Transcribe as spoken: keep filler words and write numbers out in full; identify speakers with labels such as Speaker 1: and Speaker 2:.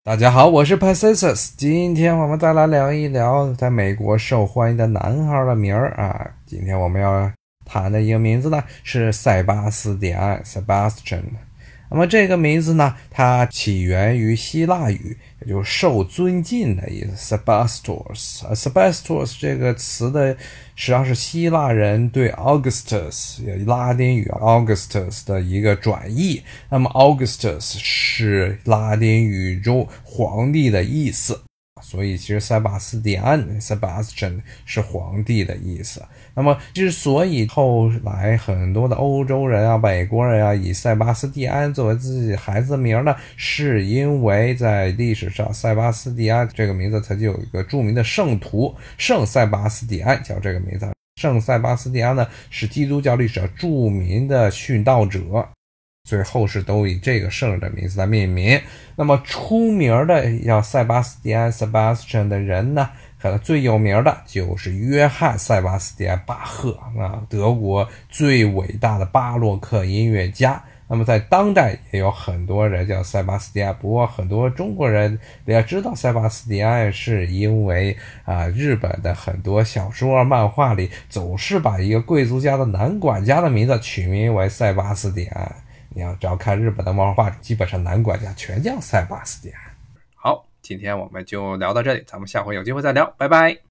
Speaker 1: 大家好，我是 Pacisus， 今天我们再来聊一聊在美国受欢迎的男孩的名儿啊。今天我们要谈的一个名字呢是塞巴斯蒂安 Sebastian。那么这个名字呢，它起源于希腊语，也就是受尊敬的意思 Sebastos。 Sebastos 这个词的实际上是希腊人对 Augustus 也拉丁语 Augustus 的一个转译。那么 Augustus 是拉丁语中皇帝的意思，所以其实塞巴斯蒂安 Sebastian 是皇帝的意思。那么之所以后来很多的欧洲人啊、美国人啊以塞巴斯蒂安作为自己孩子的名呢，是因为在历史上塞巴斯蒂安这个名字曾经有一个著名的圣徒圣塞巴斯蒂安叫这个名字。圣塞巴斯蒂安呢是基督教历史上著名的殉道者，所以后世都以这个圣人的名字来命名。那么出名的叫塞巴斯蒂安 Sebastian 的人呢，可能最有名的就是约翰塞巴斯蒂安巴赫啊，德国最伟大的巴洛克音乐家。那么在当代也有很多人叫塞巴斯蒂安，不过很多中国人也知道塞巴斯蒂安是因为啊日本的很多小说漫画里总是把一个贵族家的男管家的名字取名为塞巴斯蒂安。你要只要看日本的漫画，基本上男管家全叫塞巴斯蒂安。好，今天我们就聊到这里，咱们下回有机会再聊，拜拜。